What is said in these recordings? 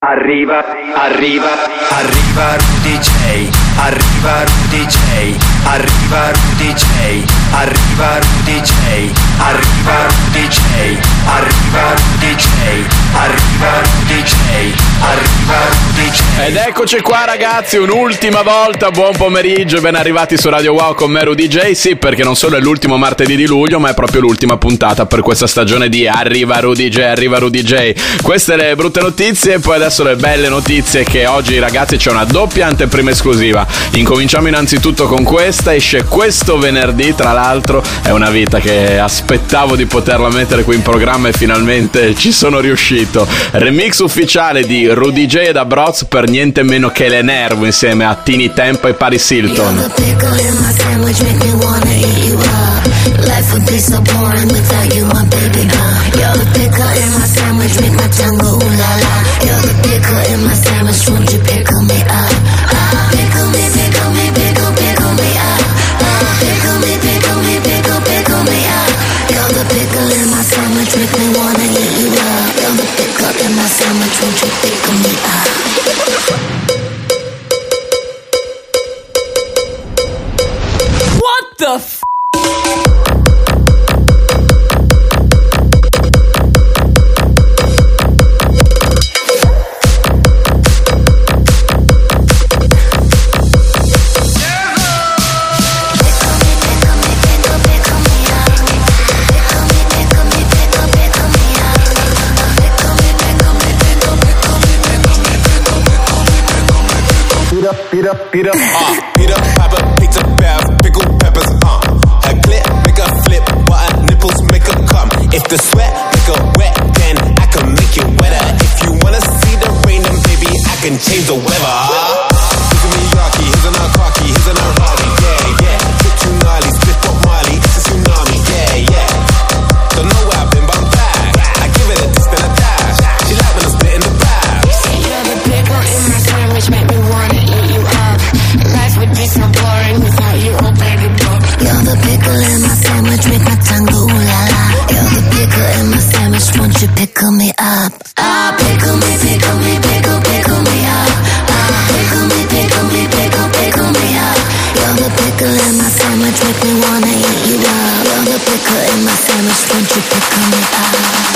Arriva Rudy J, arriva Rudy J, arriva Rudy J, arriva Rudy J, arriva Rudy J, arriva Rudy J, arriva Rudy J, arriva Rudy J. Ed eccoci qua ragazzi, un'ultima volta, buon pomeriggio e ben arrivati su Radio Wow con me Rudy J. Sì, perché non solo è l'ultimo martedì di luglio, ma è proprio l'ultima puntata per questa stagione di Arriva Rudy J, arriva Rudy J. Queste le brutte notizie e poi adesso le belle notizie, che oggi ragazzi c'è una doppia anteprima esclusiva. Incominciamo innanzitutto con questa, esce questo venerdì, tra l'altro è una vita che aspettavo di poterla mettere qui in programma e finalmente ci sono riuscito. Remix ufficiale di Rudy J e da Broz per niente meno che Le Nervo insieme a Tini Tempa e Paris Hilton. What the f***? Beat up, pop up, pizza, bath, pickled peppers, Her clit, make her flip, but her nipples make her come. If the sweat make her wet, then I can make it wetter. If you wanna see the rain, then baby, I can change the weather. Here's a Miyake, here's an Akaki, here's an Arari, yeah. Hit too gnarly, split up Marley, it's a tsunami, yeah. Don't know what I've been, but I'm back. I give it a twist and a dash. She like when I'm spitting the back. You're the pickle in my sandwich, make me wanna eat you up. Life would be so boring without you, oh baby boy. You're the pickle in my sandwich, make my tongue go ooh la la. You're the pickle in my sandwich, won't you pickle me up? Ah, pickle me, pickle me, pickle, pickle me up. Ah, pickle me, pickle me, pickle, pickle me up. You're the pickle in my sandwich, make me wanna eat you up. You're the pickle in my sandwich, won't you pickle me up?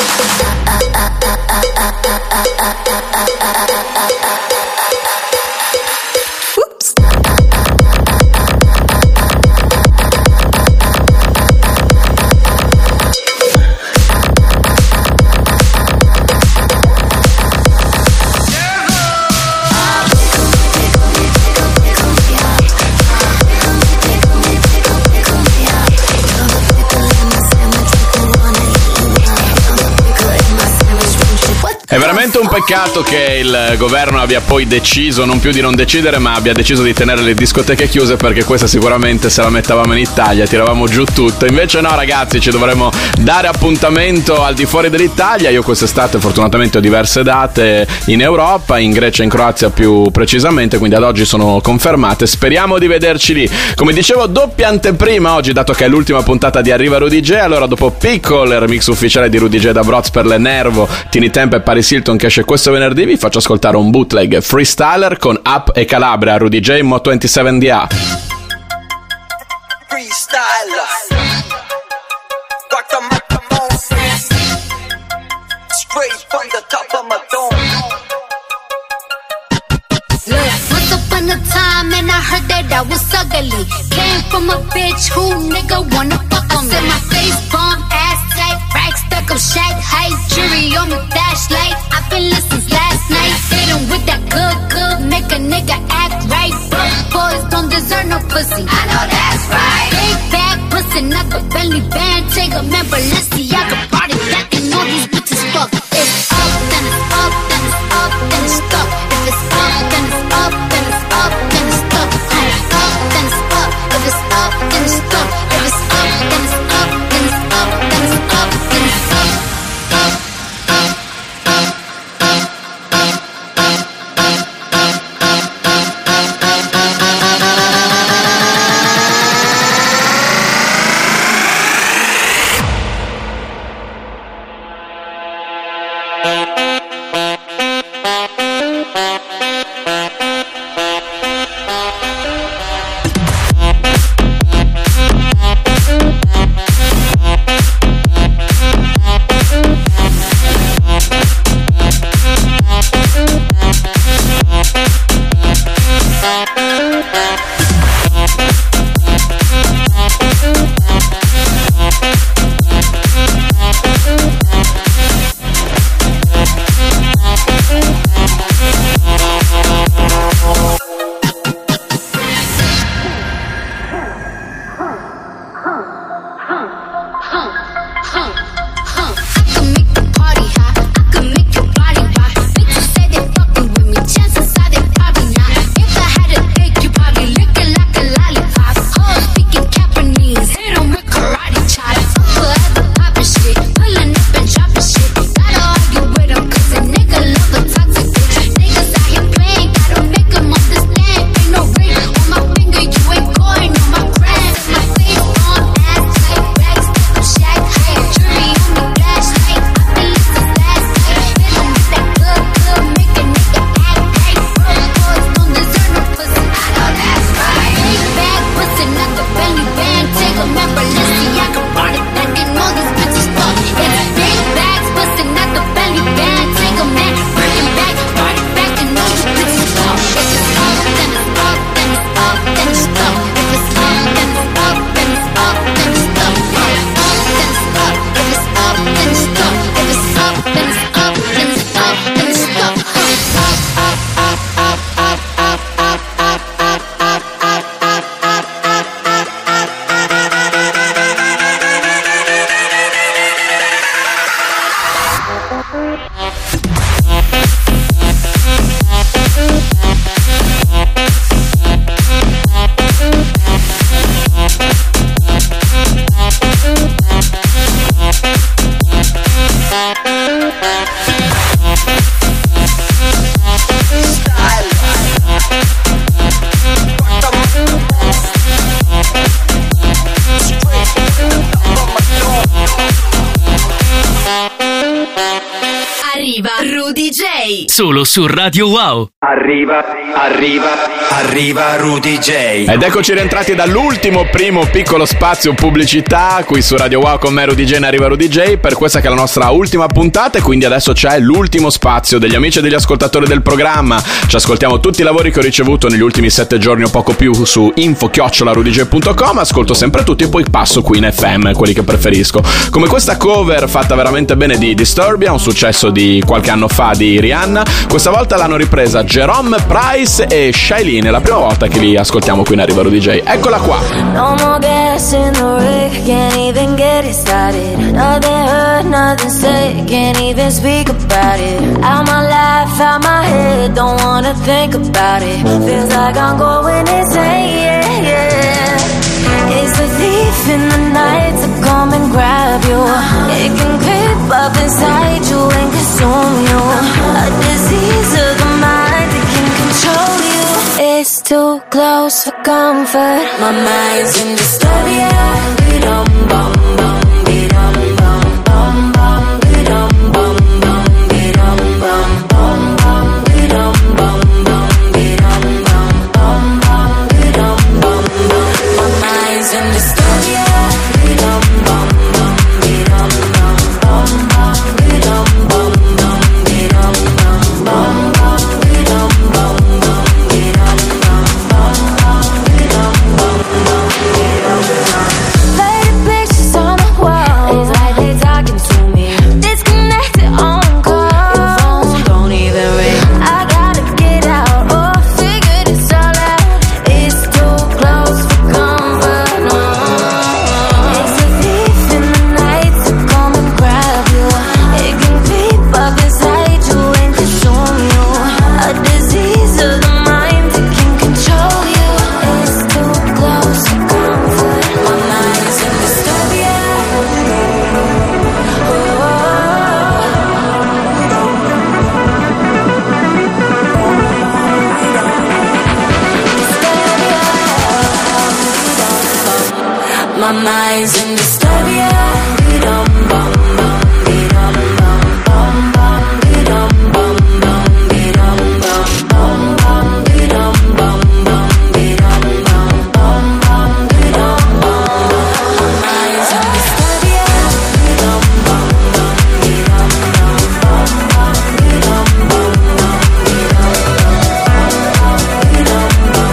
È veramente un peccato che il governo abbia poi deciso, non più di non decidere, ma abbia deciso di tenere le discoteche chiuse, perché questa sicuramente se la mettavamo in Italia tiravamo giù tutto. Invece no ragazzi, ci dovremo dare appuntamento al di fuori dell'Italia. Io quest'estate fortunatamente ho diverse date in Europa, in Grecia e in Croazia più precisamente, quindi ad oggi sono confermate. Speriamo di vederci lì. Come dicevo, doppia anteprima oggi, dato che è l'ultima puntata di Arriva Rudy J. Allora dopo Pickle, il remix ufficiale di Rudy J da Broz per Le Nervo, Tini Tempa e Paris Hilton che esce questo venerdì, vi faccio ascoltare un bootleg freestyler con Up e Calabria, Rudy J, Mo 27DA. Freestyler, rock the microphone, straight from the top of my dome. Look, once upon a time and I heard that I was ugly. Came from a bitch who nigga wanna fuck on me. Said my face bomb, ass tight, rack stuck up, shag height, jury on my flashlight. I've been listening last night, sitting with that good, make a nigga act right. Broke boys don't deserve no pussy. I know that's right. Big bag pussy, not the belly band. Take a man, Balenciaga party, that and all these bitches fuck. It's up, then it's up, then it's up, then it's stuck. If it's up, then it's up, then it's up, then it's stuck. If it's up, then it's up, if it's up, then it's stuck. If it's up, then it's up, then it's up, then it's up, then it's up, up, up, up, up. solo su Radio Wow. Arriva Rudy J. Ed eccoci rientrati dall'ultimo primo piccolo spazio pubblicità qui su Radio Wow con me Rudy J. Arriva Rudy J per questa che è la nostra ultima puntata, e quindi adesso c'è l'ultimo spazio degli amici e degli ascoltatori del programma. Ci ascoltiamo tutti i lavori che ho ricevuto negli ultimi 7 giorni o poco più su info@rudyj.com, ascolto sempre tutti e poi passo qui in FM quelli che preferisco, come questa cover fatta veramente bene di Disturbia, un successo di qualche anno fa di Rihanna. Questa volta l'hanno ripresa Jerome Price e Shailene, è la prima volta che li ascoltiamo qui in Arriva Rudy J. Eccola qua. No more gas in the rig, can't even get it started. Nothing heard, nothing said, can't even speak about it. Out my life, out my head, don't wanna think about it. Feels like I'm going insane, yeah, yeah. It's a thief in the night to come and grab you. It can creep up inside you and consume you. A disease of the mind that can control you. It's too close for comfort. My mind's in disturbia. Be-dum bum bum, be-dum bum bum bum, be-dum bum bum, be-dum bum bum bum, be-dum bum bum, be-dum bum bum bum, be-dum bum bum. My mind's in disturbia. Be-dum bum bum, be-dum bum bum bum, be-dum bum bum, be-dum bum bum bum, be-dum bum bum, be-dum bum bum bum, be-dum bum bum, be-dum bum. Painted pictures on the wall, it's like they talking to me. Disconnected on call, your phone don't even ring. I gotta get out, oh, figure this all out. It's too close for comfort, no. It's a thief in the night to come and grab you. It can creep up inside you and consume you. A disease of the mind that can control you. It's too close for comfort. My mind's in disturbia. My mind's in disturbia. Be-dum bum bum, be-dum bum bum bum, be-dum bum bum, be-dum bum bum bum, be-dum bum bum, be-dum bum bum bum, be-dum bum bum. My mind's in disturbia. Be-dum bum bum, be-dum bum bum bum, be-dum bum bum, be-dum bum bum, be-dum bum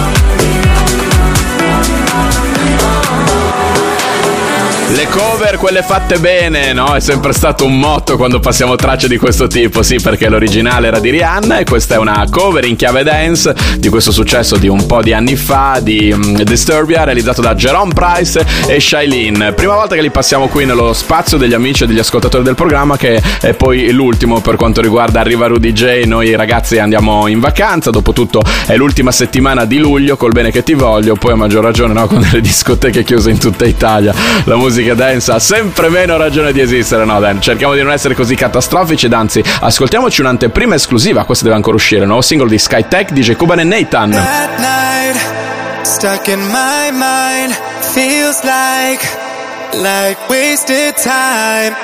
Le cover, quelle fatte bene, no? È sempre stato un motto quando passiamo tracce di questo tipo, sì, perché l'originale era di Rihanna e questa è una cover in chiave dance di questo successo di un po' di anni fa di Disturbia, realizzato da Jerome Price e Shailene. Prima volta che li passiamo qui nello spazio degli amici e degli ascoltatori del programma, che è poi l'ultimo per quanto riguarda Arriva Rudy J. Noi ragazzi andiamo in vacanza, dopotutto è l'ultima settimana di luglio, col bene che ti voglio, poi a maggior ragione, no, con le discoteche chiuse in tutta Italia, la musica dance ha sempre meno ragione di esistere, no? Dai, cerchiamo di non essere così catastrofici ed anzi ascoltiaci un'anteprima esclusiva, questa deve ancora uscire, il nuovo singolo di Skytech, DJ Kuban e Nathan. That night, stuck in my mind, feels like wasted time.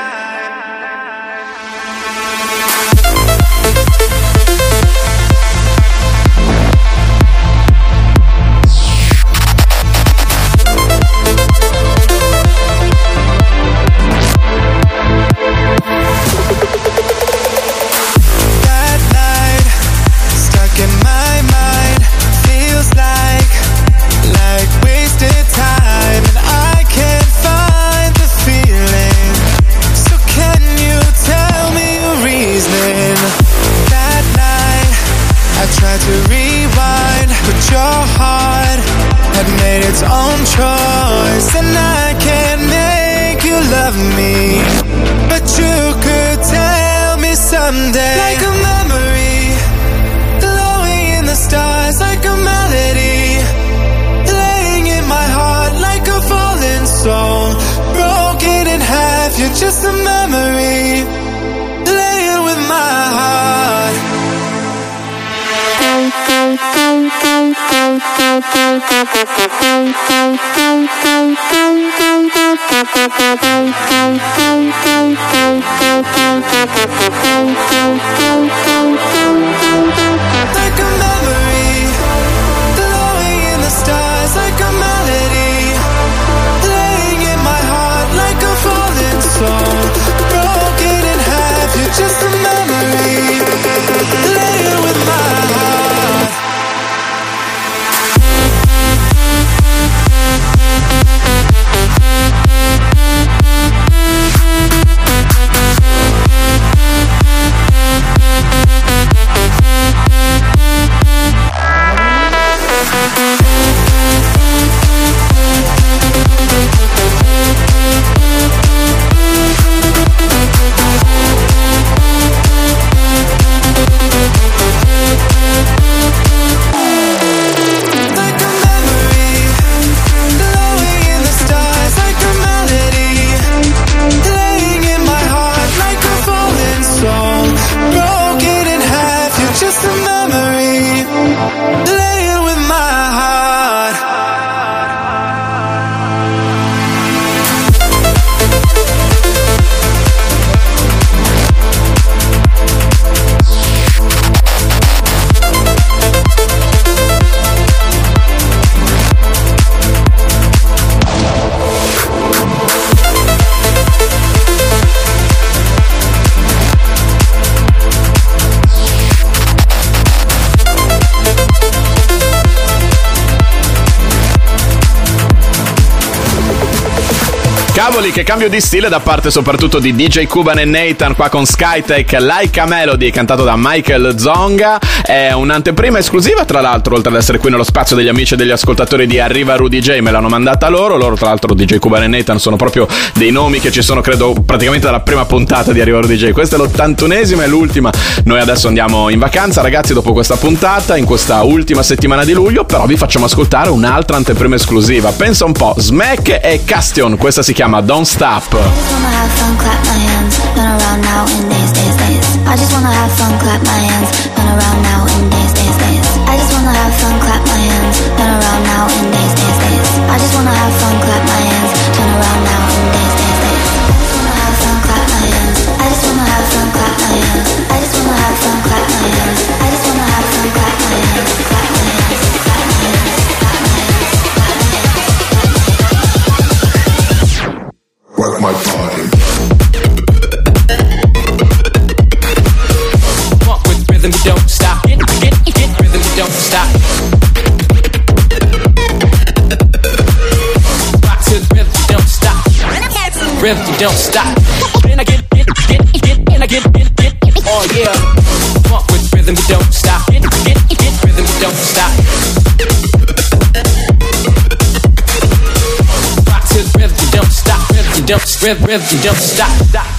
To rewind, but your heart had made its own choice, and I can't make you love me, but you could tell me someday. Like a memory, glowing in the stars, like a melody, laying in my heart like a fallen soul, broken in half. You're just a memory, laying with my heart. just a memory, laying with my heart. Cavoli, che cambio di stile da parte soprattutto di DJ Kuban e Nathan qua con Skytech, Like a Melody, cantato da Michael Zonga. È un'anteprima esclusiva, tra l'altro, oltre ad essere qui nello spazio degli amici e degli ascoltatori di Arriva Rudy J, me l'hanno mandata loro, tra l'altro DJ Kuban e Nathan sono proprio dei nomi che ci sono, credo, praticamente dalla prima puntata di Arriva Rudy J. Questa è l'81esima e l'ultima. Noi adesso andiamo in vacanza, ragazzi, dopo questa puntata, in questa ultima settimana di luglio, però vi facciamo ascoltare un'altra anteprima esclusiva. Pensa un po', Smack e Castion, questa si chiama Don't Stop. I just wanna have fun, clap my hands, run around now and dance, dance, dance. I just wanna have fun, clap my hands, run around now and dance, dance, dance. I just wanna have fun, clap my hands, run around now and dance, dance, dance. I just wanna have fun, clap my hands, turn around now and dance, dance, dance. I just wanna have fun, clap my hands. I just wanna have fun, clap my hands. I just wanna have fun, clap my hands. Clap my hands, clap my hands, clap my hands, clap my hands. Work my body. Walk with rhythm, you don't stop. Get rhythm, you don't stop. Rock to the rhythm, you don't stop. Rhythm, you don't stop. And I get, and I get, oh yeah. Walk with rhythm, you don't stop. Get rhythm, you don't stop. Rock to the rhythm, you don't stop. Rhythm, you don't stop.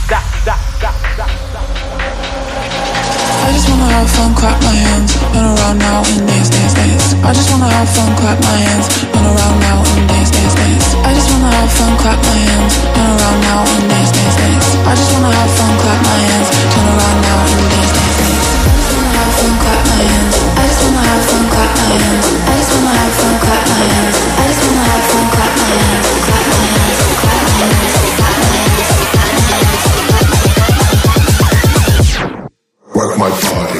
I just wanna have fun, clap my hands, run around now and dance, dance, dance. I just wanna have fun, clap my hands, run around now and dance, dance, dance. I just wanna have fun, clap my hands, run around now and dance, dance, dance. I just wanna have fun, clap my hands, turn around now and dance, dance, dance. I just wanna have fun, clap my hands. I just wanna have fun, clap my hands. I just wanna have fun, clap my hands. I just wanna have fun, clap my hands. Clap my hands, clap my hands, clap my hands, clap my hands, clap my hands. Work my body.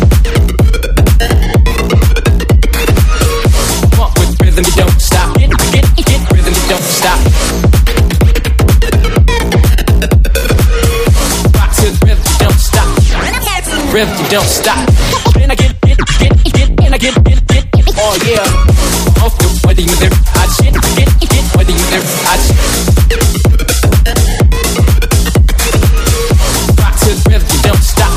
Walk with rhythm, you don't stop. Get rhythm, you don't stop. Rock to the rhythm, you don't stop. Rhythm, you don't stop. And I get, and I get, oh yeah. Off the whether you there, I shit, whether you there, I shit. Rock to the rhythm, you don't stop.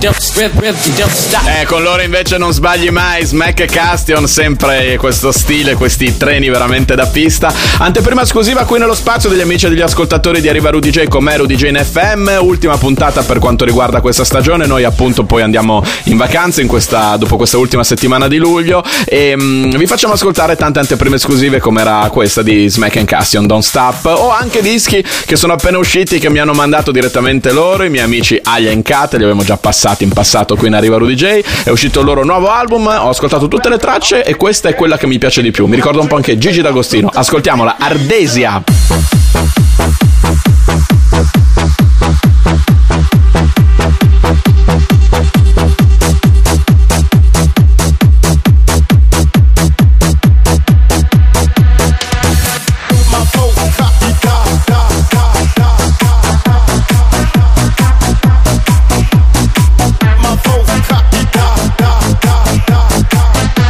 Con loro invece non sbagli mai, Smack e Castion, sempre questo stile, questi treni veramente da pista. Anteprima esclusiva qui nello spazio degli amici e degli ascoltatori di Arriva Rudy J con me, Rudy J in FM. Ultima puntata per quanto riguarda questa stagione. Noi appunto poi andiamo in vacanza dopo questa ultima settimana di luglio e vi facciamo ascoltare tante anteprime esclusive come era questa di Smack and Castion, Don't Stop, o anche dischi che sono appena usciti, che mi hanno mandato direttamente loro, i miei amici Alia e Kat, li abbiamo già passati in passato qui in Arriva Rudy J. È uscito il loro nuovo album, ho ascoltato tutte le tracce e questa è quella che mi piace di più, mi ricorda un po' anche Gigi D'Agostino. Ascoltiamola, Ardesia.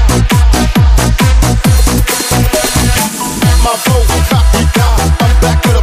My phone, copy, I'm back.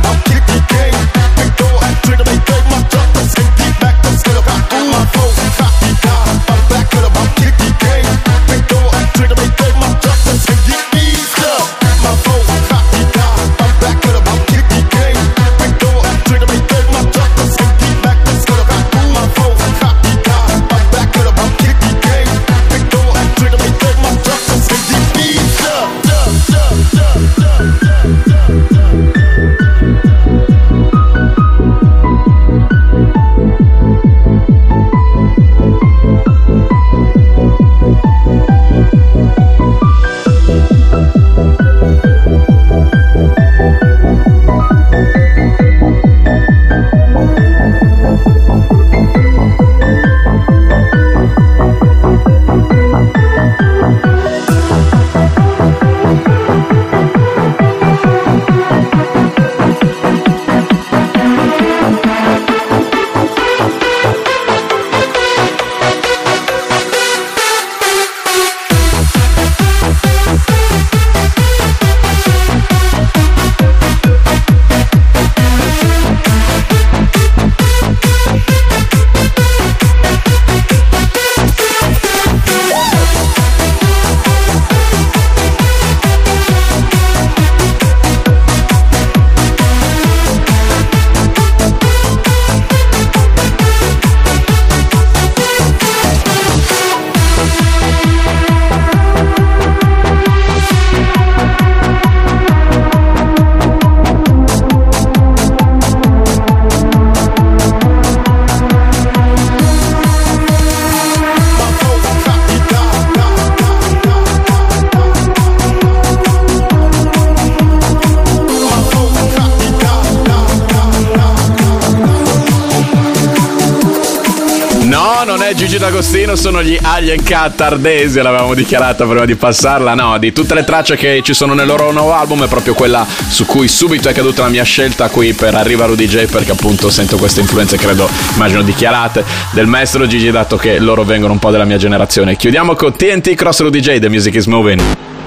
e Gigi D'Agostino sono gli Alien Cat ardesi, l'avevamo dichiarata prima di passarla. No, di tutte le tracce che ci sono nel loro nuovo album è proprio quella su cui subito è caduta la mia scelta qui per Arriva Rudy J, perché appunto sento queste influenze, credo, immagino dichiarate, del maestro Gigi, dato che loro vengono un po' della mia generazione. Chiudiamo con TNT Cross Rudy J, The Music Is Moving.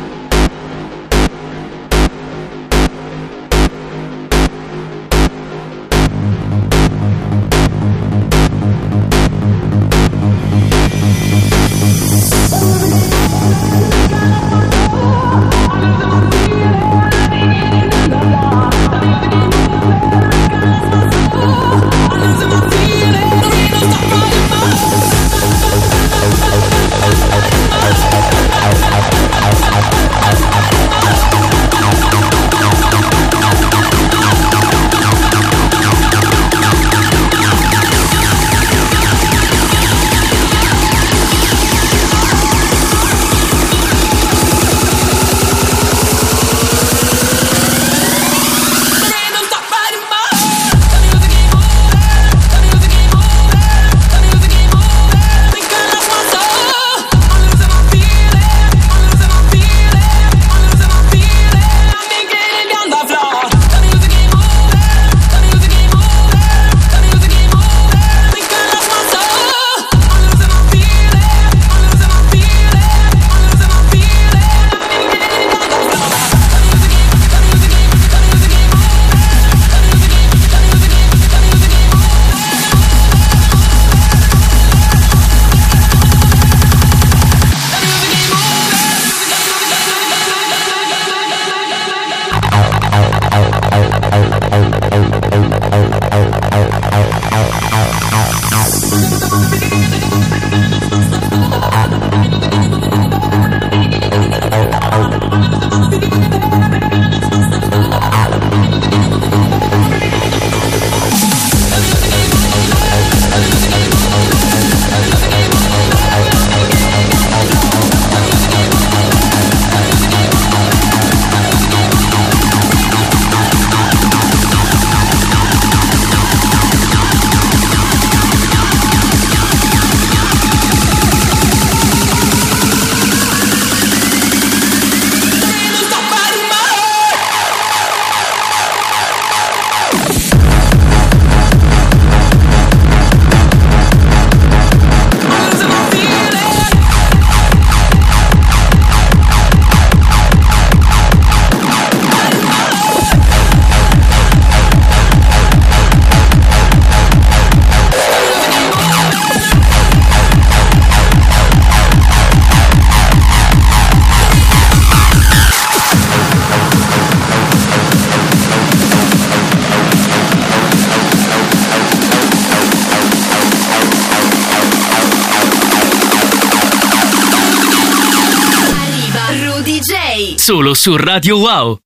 Solo su Radio Wow.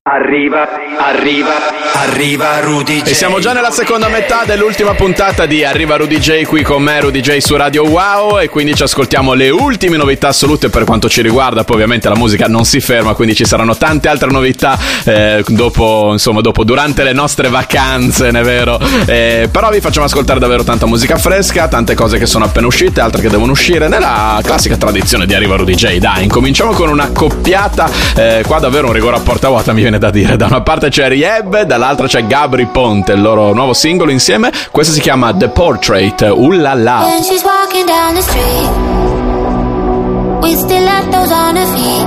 Arriva Rudy J. E siamo già nella seconda metà dell'ultima puntata di Arriva Rudy J, qui con me Rudy J su Radio Wow, e quindi ci ascoltiamo le ultime novità assolute per quanto ci riguarda. Poi ovviamente la musica non si ferma, quindi ci saranno tante altre novità dopo, durante le nostre vacanze, ne è vero? Però vi facciamo ascoltare davvero tanta musica fresca, tante cose che sono appena uscite, altre che devono uscire, nella classica tradizione di Arriva Rudy J. Dai, incominciamo con una coppiata, qua davvero un rigore a porta vuota, mi viene da dire. Da una parte c'è Rieb, dall'altra c'è Gabri Ponte, il loro nuovo singolo insieme. Questo si chiama The Portrait. Ullala. When she's walking down the street, we still have those on her feet.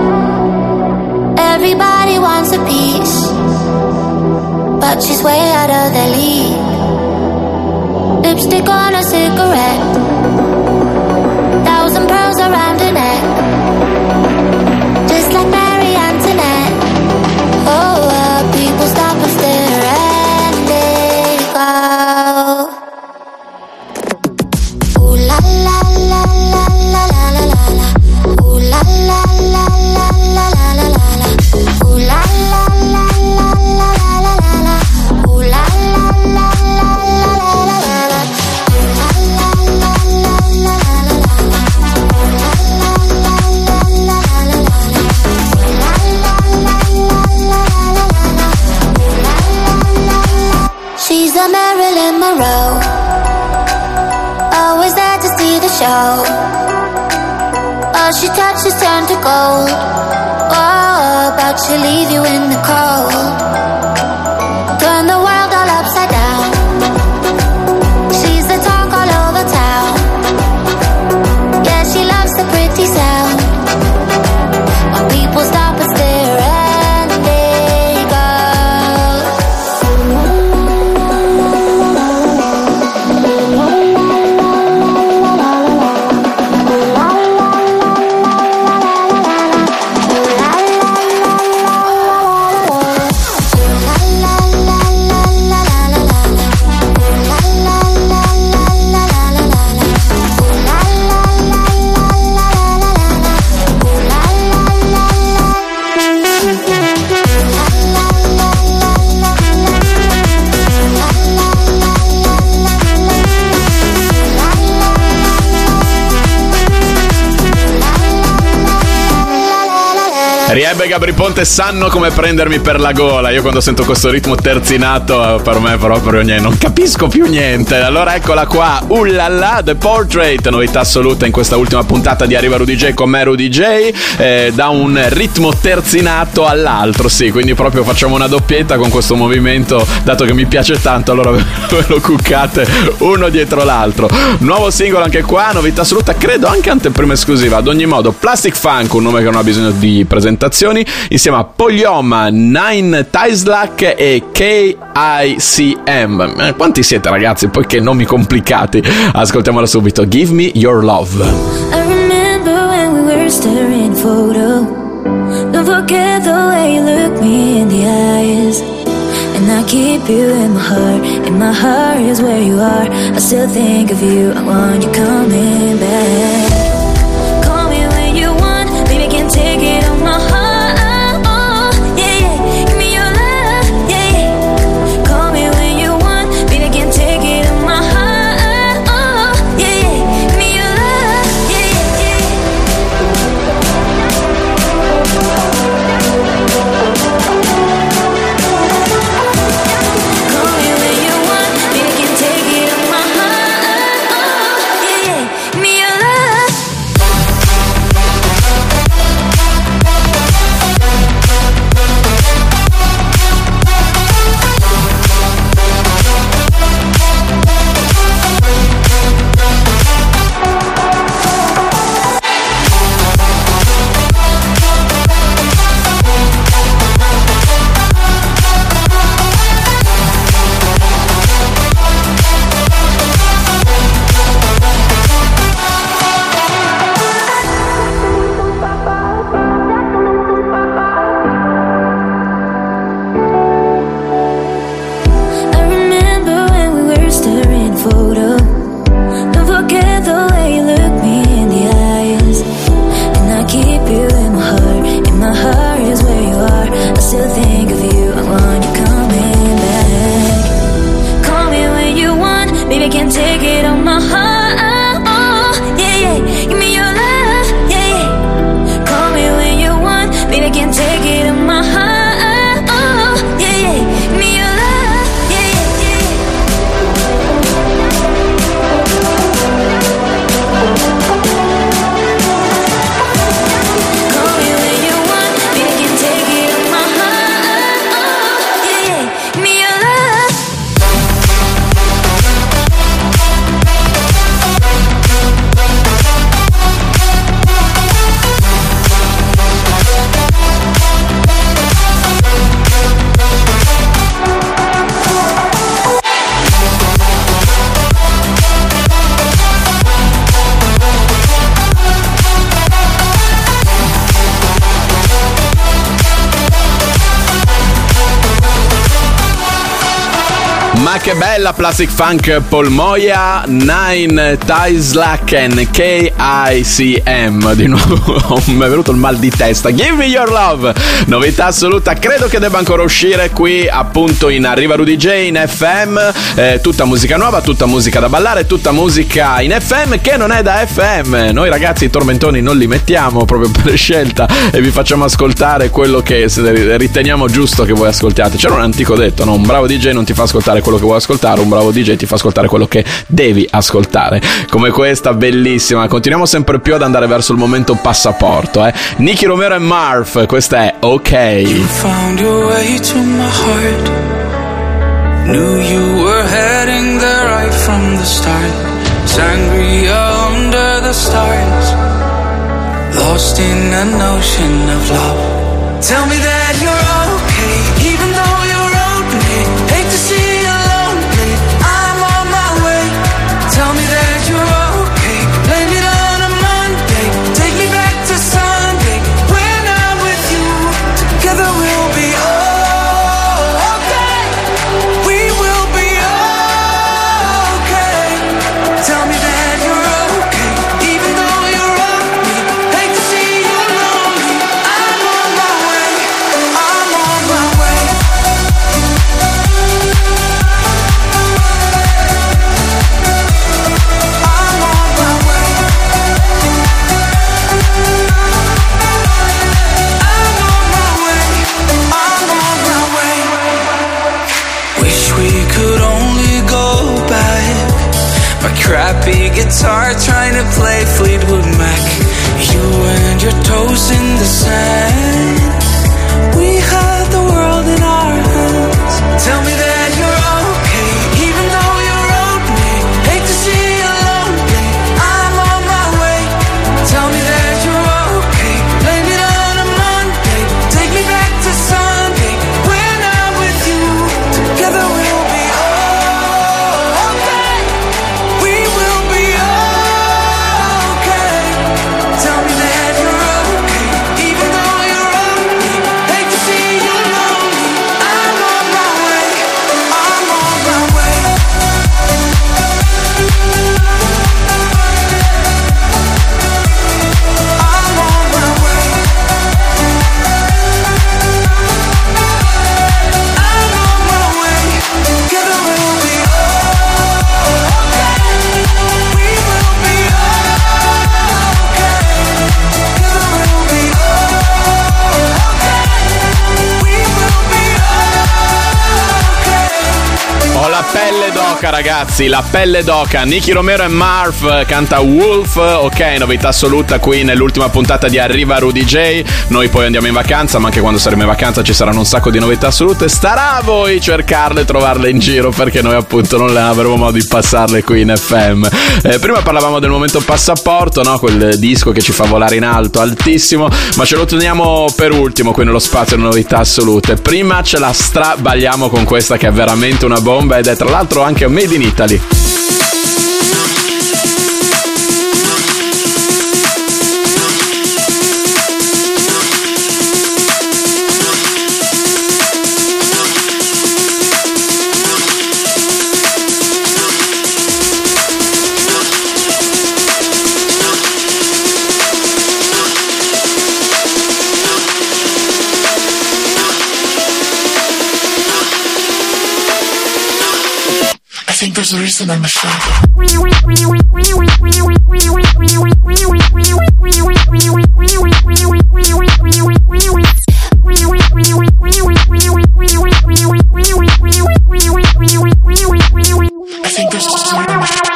Everybody wants a piece, but she's way out of their league. Lipstick on a cigarette, 1,000 pearls around her neck, just like Mary Antoinette. Oh, people stop and stare and they go, ooh la la la la la la la la la, ooh la la la la la la la la la, ooh la la la la la la la la, ooh la la la la la la la la, ooh la la la la la la la la. all she touches turn to gold. Oh, about to leave you in the cold. Turn the world all upside down. She's the talk all over town. Yeah, she loves the pretty sound. When people stop and stare and they go. Riebbe e Gabri Ponte sanno come prendermi per la gola. Io quando sento questo ritmo terzinato, per me proprio niente, non capisco più niente. Allora eccola qua, ullala, The Portrait, novità assoluta in questa ultima puntata di Arriva Rudy J con me Rudy J, da un ritmo terzinato all'altro, sì, quindi proprio facciamo una doppietta con questo movimento, dato che mi piace tanto, allora ve lo cuccate uno dietro l'altro. Nuovo singolo anche qua, novità assoluta, credo anche anteprima esclusiva. Ad ogni modo, Plastic Funk, un nome che non ha bisogno di presentazioni, insieme a Polyoma, Nine Taislak e KICM. Quanti siete, ragazzi? Poi che nomi complicati. Ascoltiamola subito. Give Me Your Love. I remember when we were staring photo. Don't forget the way you look me in the eyes. And I keep you in my heart. In my heart is where you are. I still think of you. I want you coming back. Call me when you want. Baby, can't take it on my heart. Oh, yeah, yeah. Give me your love. Yeah, yeah. Call me when you want. Baby, can't take it on my heart. Oh, yeah, yeah. Give me your love. Yeah, yeah, Call me when you want. Baby, can't take it on my heart. Oh, yeah, yeah. Give me your love. I remember when we were staring photo. Don't forget the way you look me in the eyes. And I keep you in my heart. In my heart is where you are. I still think of you. I want you coming back. Call me when you want. Baby, can't take it on my heart. Oh, yeah, yeah. Give me your love. Yeah, yeah. Call me when you want. Baby, can't take it on my heart. Oh, yeah, yeah. Give me your love. Yeah, yeah, Call me when you want. Baby, can't take it on my heart. Oh, yeah, yeah. Give me your love. Ma che bella Plastic Funk Polmoia, Nine Taislaken, KICM. Di nuovo mi è venuto il mal di testa. Give Me Your Love, novità assoluta, credo che debba ancora uscire qui appunto in Arriva Rudy J in FM, tutta musica nuova, tutta musica da ballare, tutta musica in FM che non è da FM. Noi ragazzi i tormentoni non li mettiamo proprio per scelta e vi facciamo ascoltare quello che riteniamo giusto che voi ascoltiate. C'era un antico detto, no? Un bravo DJ non ti fa ascoltare quello che vuoi ascoltare, un bravo DJ ti fa ascoltare quello che devi ascoltare, come questa bellissima. Continuiamo sempre più ad andare verso il momento passaporto, Nicky Romero e Marv, questa è OK. You found your way to my heart, knew you were heading there right from the start. Sangria under the stars, lost in an ocean of love. Tell me that you're okay, even though you're lonely. Hate to see you lonely, I'm on my way. Tell me that you're okay, blame it on a Monday. Take me back to Sunday, when I'm with you. Together we'll be okay. We will be okay. Tell me that you're okay, even though you're lonely. Hate to see you lonely, I'm on my way. I'm on my way. I'm on my way. I'm on my way. I'm on my way. Wish we could only go back. My crappy guitar trying to play Fleetwood Mac. You and your toes in the sand. We had the world in our hands. Tell me that you're okay, even though you're lonely. Hate to see you lonely, I'm on my way. Tell me that you're okay, blame it on a Monday. Take me back to Sunday, when I'm with you. Together we'll be okay. We will be okay. Tell me that you're okay, even though you're lonely. Hate to see you lonely, I'm on my way. I'm on my way. I'm on my way. I'm on my way. Together we'll be okay. We will be okay. Together we'll be okay. We will be okay. Ho la pelle d'oca, ragazzi, la pelle d'oca. Nicky Romero e Marv canta Wolf. Ok, novità assoluta qui nell'ultima puntata di Arriva Rudy J. Noi poi andiamo in vacanza, ma anche quando saremo in vacanza ci saranno un sacco di novità assolute. Starà a voi cercarle e trovarle in giro, perché noi appunto non le avremo modo di passarle qui in FM. Prima parlavamo del momento passaporto, no? Quel disco che ci fa volare in alto, altissimo, ma ce lo teniamo per ultimo qui nello spazio di novità assolute. Prima ce la strabagliamo con questa che è veramente una bomba ed è tra l'altro anche made in Italy. I think there's a reason I'm a shy. I think there's just a reason I'm a shy.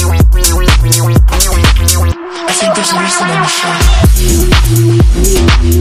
I think there's a reason I'm a shy.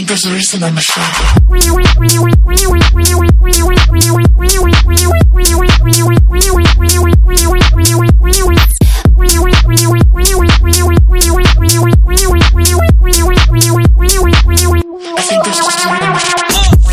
there's a reason I'm a shy. I think there's just a reason I'm a shy.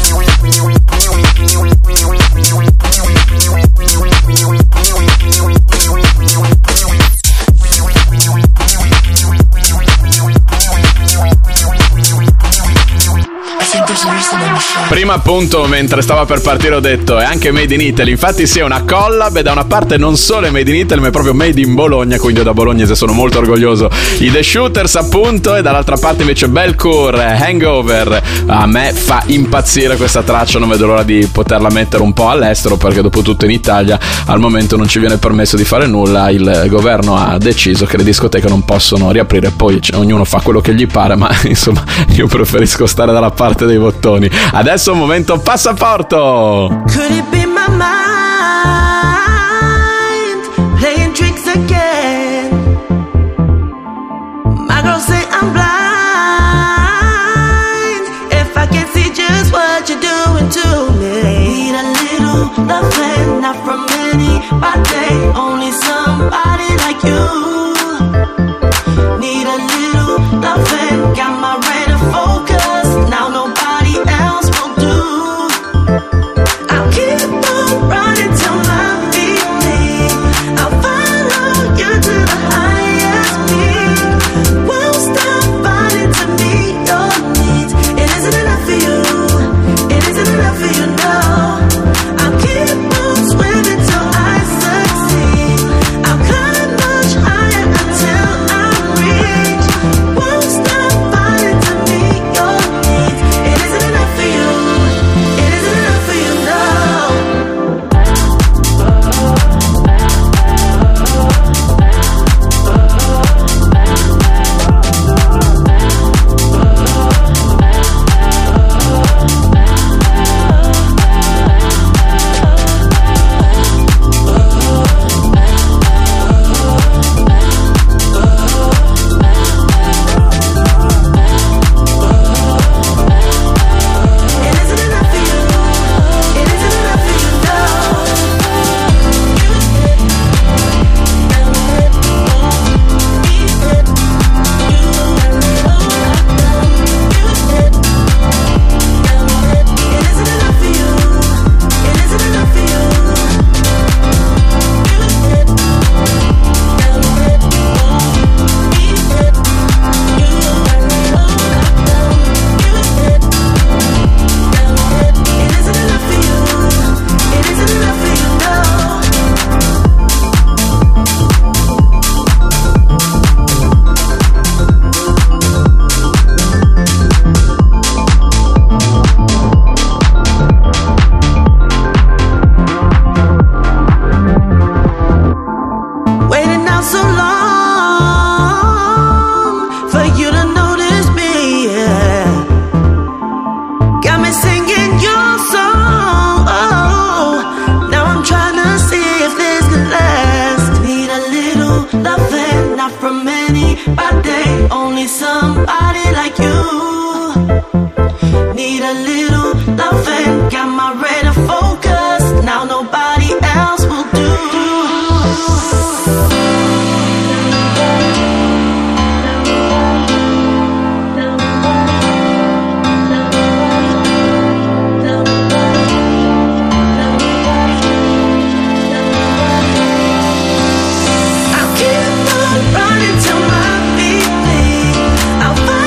Prima appunto mentre stava per partire ho detto è anche made in Italy, infatti sì, è una collab e da una parte non solo è made in Italy ma è proprio made in Bologna, quindi io da bolognese sono molto orgoglioso. I The Shooters appunto, e dall'altra parte invece Belcour, Hangover. A me fa impazzire questa traccia, non vedo l'ora di poterla mettere un po' all'estero perché dopo tutto in Italia al momento non ci viene permesso di fare nulla, il governo ha deciso che le discoteche non possono riaprire, poi ognuno fa quello che gli pare, ma insomma io preferisco stare dalla parte dei bottoni. Adesso un momento passaporto. Could it be my mind playing tricks again? My girl say I'm blind if I can see just what you're doing to me. Need a little loving, not from anybody, only somebody like you. Need a little loving, got my radar focus, now nobody else will do. I'll keep on running till my feet bleed. I'll follow you to the highest peak. Won't stop fighting to meet your needs. It isn't enough for you. It isn't enough for you, no. I'll keep on swimming till I succeed. I'll climb much higher until I reach. Won't stop fighting to meet your needs. It isn't enough for you. It isn't enough for you, no. Waiting now so long for you to notice me, yeah. Got me singing your song. Oh, now I'm trying to see if this can last. Need a little loving, not from anybody, only somebody like you. Need a little loving, got my radar focused, now nobody else will do. I'll keep on running till my feet bleed. I'll find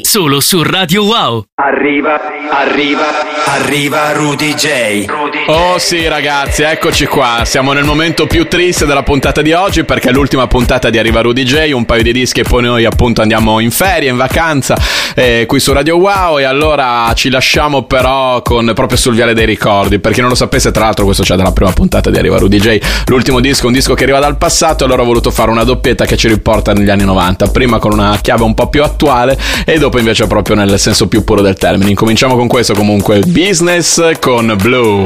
Solo su Radio Wow. Arriva Rudy J. Oh sì ragazzi, eccoci qua. Siamo nel momento più triste della puntata di oggi, perché è l'ultima puntata di Arriva Rudy J, un paio di dischi e poi noi appunto andiamo in ferie, in vacanza qui su Radio Wow. E allora ci lasciamo però proprio sul viale dei ricordi. Per chi non lo sapesse, tra l'altro questo c'è dalla prima puntata di Arriva Rudy J, l'ultimo disco, un disco che arriva dal passato. Allora ho voluto fare una doppietta che ci riporta negli anni 90, prima con una chiave un po' più attuale e dopo invece proprio nel senso più puro del termine. Incominciamo con questo comunque, Business con Blue.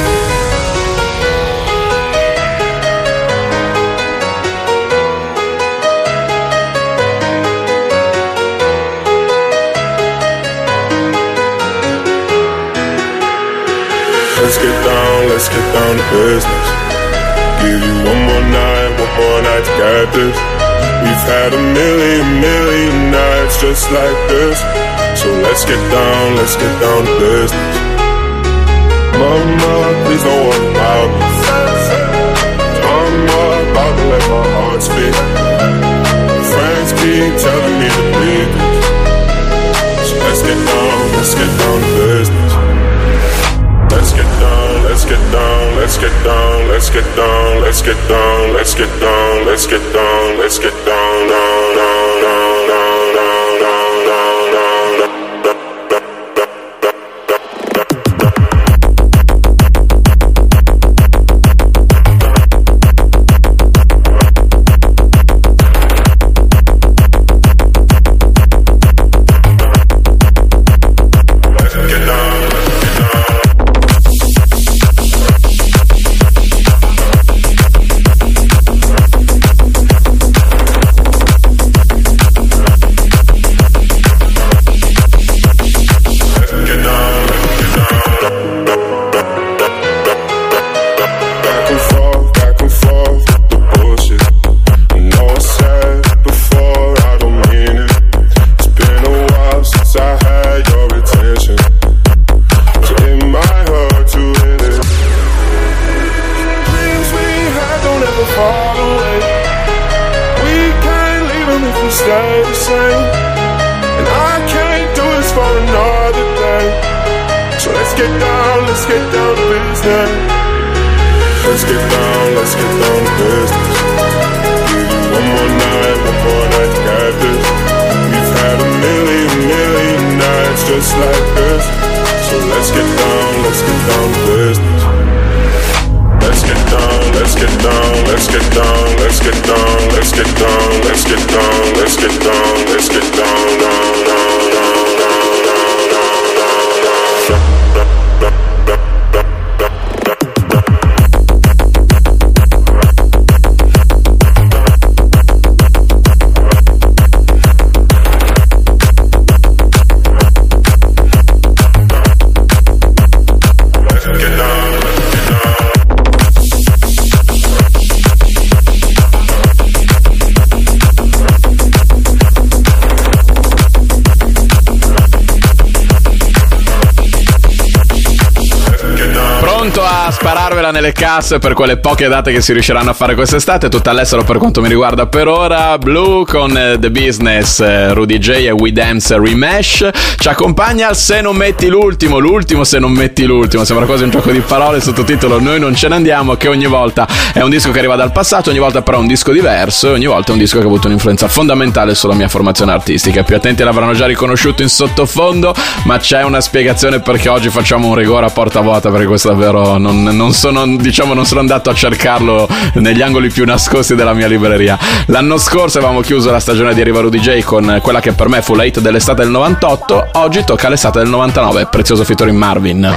Let's get down to business. Give you one more night to get this. We've had a million nights just like this. So let's get down to business. Mama, please don't worry about me. I'm about to let my heart speak. Friends keep telling me to leave it. So let's get down to business. Let's get down, let's get down, let's get down, let's get down, let's get down, let's get down, let's get down, let's get down, down, down, down, down, down, down, down, down. Spararvela nelle casse per quelle poche date che si riusciranno a fare quest'estate. Tutto all'estero per quanto mi riguarda per ora. Blue con The Business, Rudy J e We Dance Remesh ci accompagna. Se non metti l'ultimo se non metti l'ultimo, sembra quasi un gioco di parole. Il sottotitolo Noi non ce ne andiamo, che ogni volta è un disco che arriva dal passato, ogni volta però è un disco diverso e ogni volta è un disco che ha avuto un'influenza fondamentale sulla mia formazione artistica. Più attenti l'avranno già riconosciuto in sottofondo, ma c'è una spiegazione perché oggi facciamo un rigore a porta vuota, perché questo davvero non sono andato a cercarlo negli angoli più nascosti della mia libreria. L'anno scorso avevamo chiuso la stagione di Arriva Rudy J con quella che per me fu la hit dell'estate del 98. Oggi tocca l'estate del 99, prezioso featuring Marvin.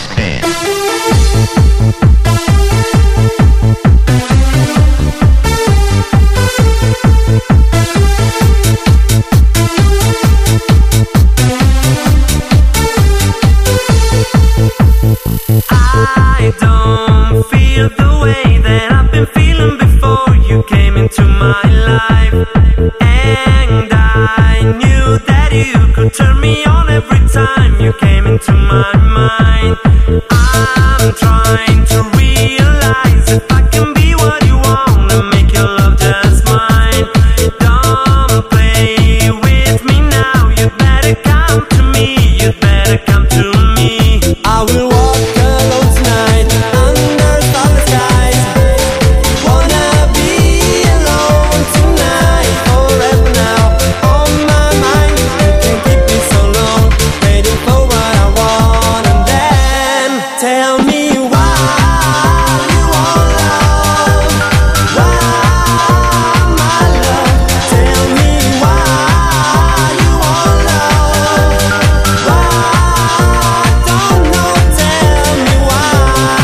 I don't feel the way that I've been feeling before you came into my life. And I knew that you could turn me on every time you came into my mind. I'm trying to realize if I can be what you want and make your love just mine. Don't play with me now, you better Tell me why you want love. Why, my love? Tell me why you want love. Why? Don't know. Tell me why.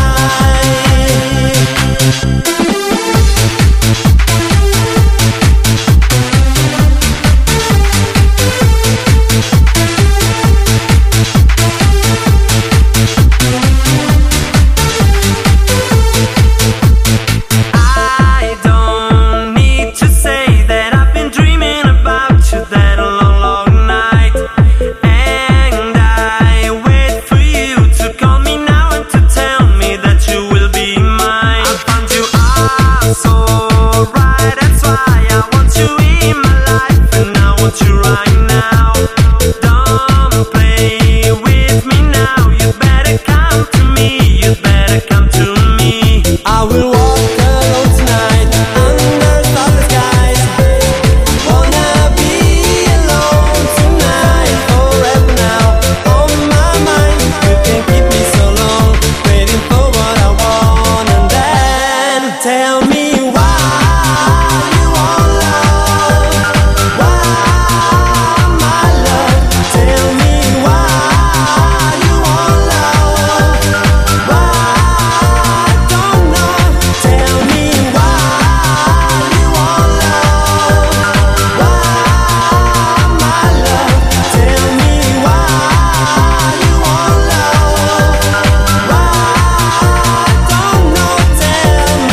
I don't need to say that I've been dreaming about you that long, long night, and I wait for you to call me now and to tell me that you will be mine. I found you are so right, that's why I want you in my life, and I want you right now. Don't play with me now, you better come to me, you better come to me. I will walk alone tonight under starless skies. Wanna be alone tonight forever now. On my mind, you can keep me so long, waiting for what I want, and then tell me why you want love. Why, my love? Tell me why you want love. Why? Don't know. Tell me why you want love. Why, my love? Tell me why you want love. Why? Don't know. Tell me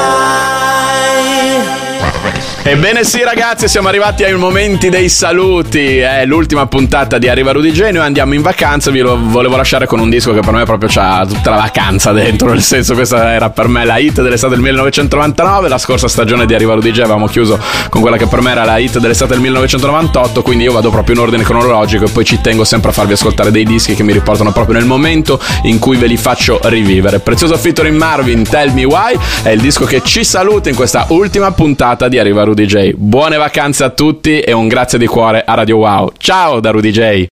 why. Ebbene sì ragazzi, siamo arrivati ai momenti dei saluti. È l'ultima puntata di Arriva Rudy J. Noi andiamo in vacanza. Vi volevo lasciare con un disco che per me proprio c'ha tutta la vacanza dentro. Nel senso, questa era per me la hit dell'estate del 1999. La scorsa stagione di Arriva Rudy J avevamo chiuso con quella che per me era la hit dell'estate del 1998. Quindi io vado proprio in ordine cronologico e poi ci tengo sempre a farvi ascoltare dei dischi che mi riportano proprio nel momento in cui ve li faccio rivivere. Prezioso featuring Marvin, Tell Me Why, è il disco che ci saluta in questa ultima puntata di Arriva Rudy J. Buone vacanze a tutti e un grazie di cuore a Radio Wow. Ciao da Rudy J.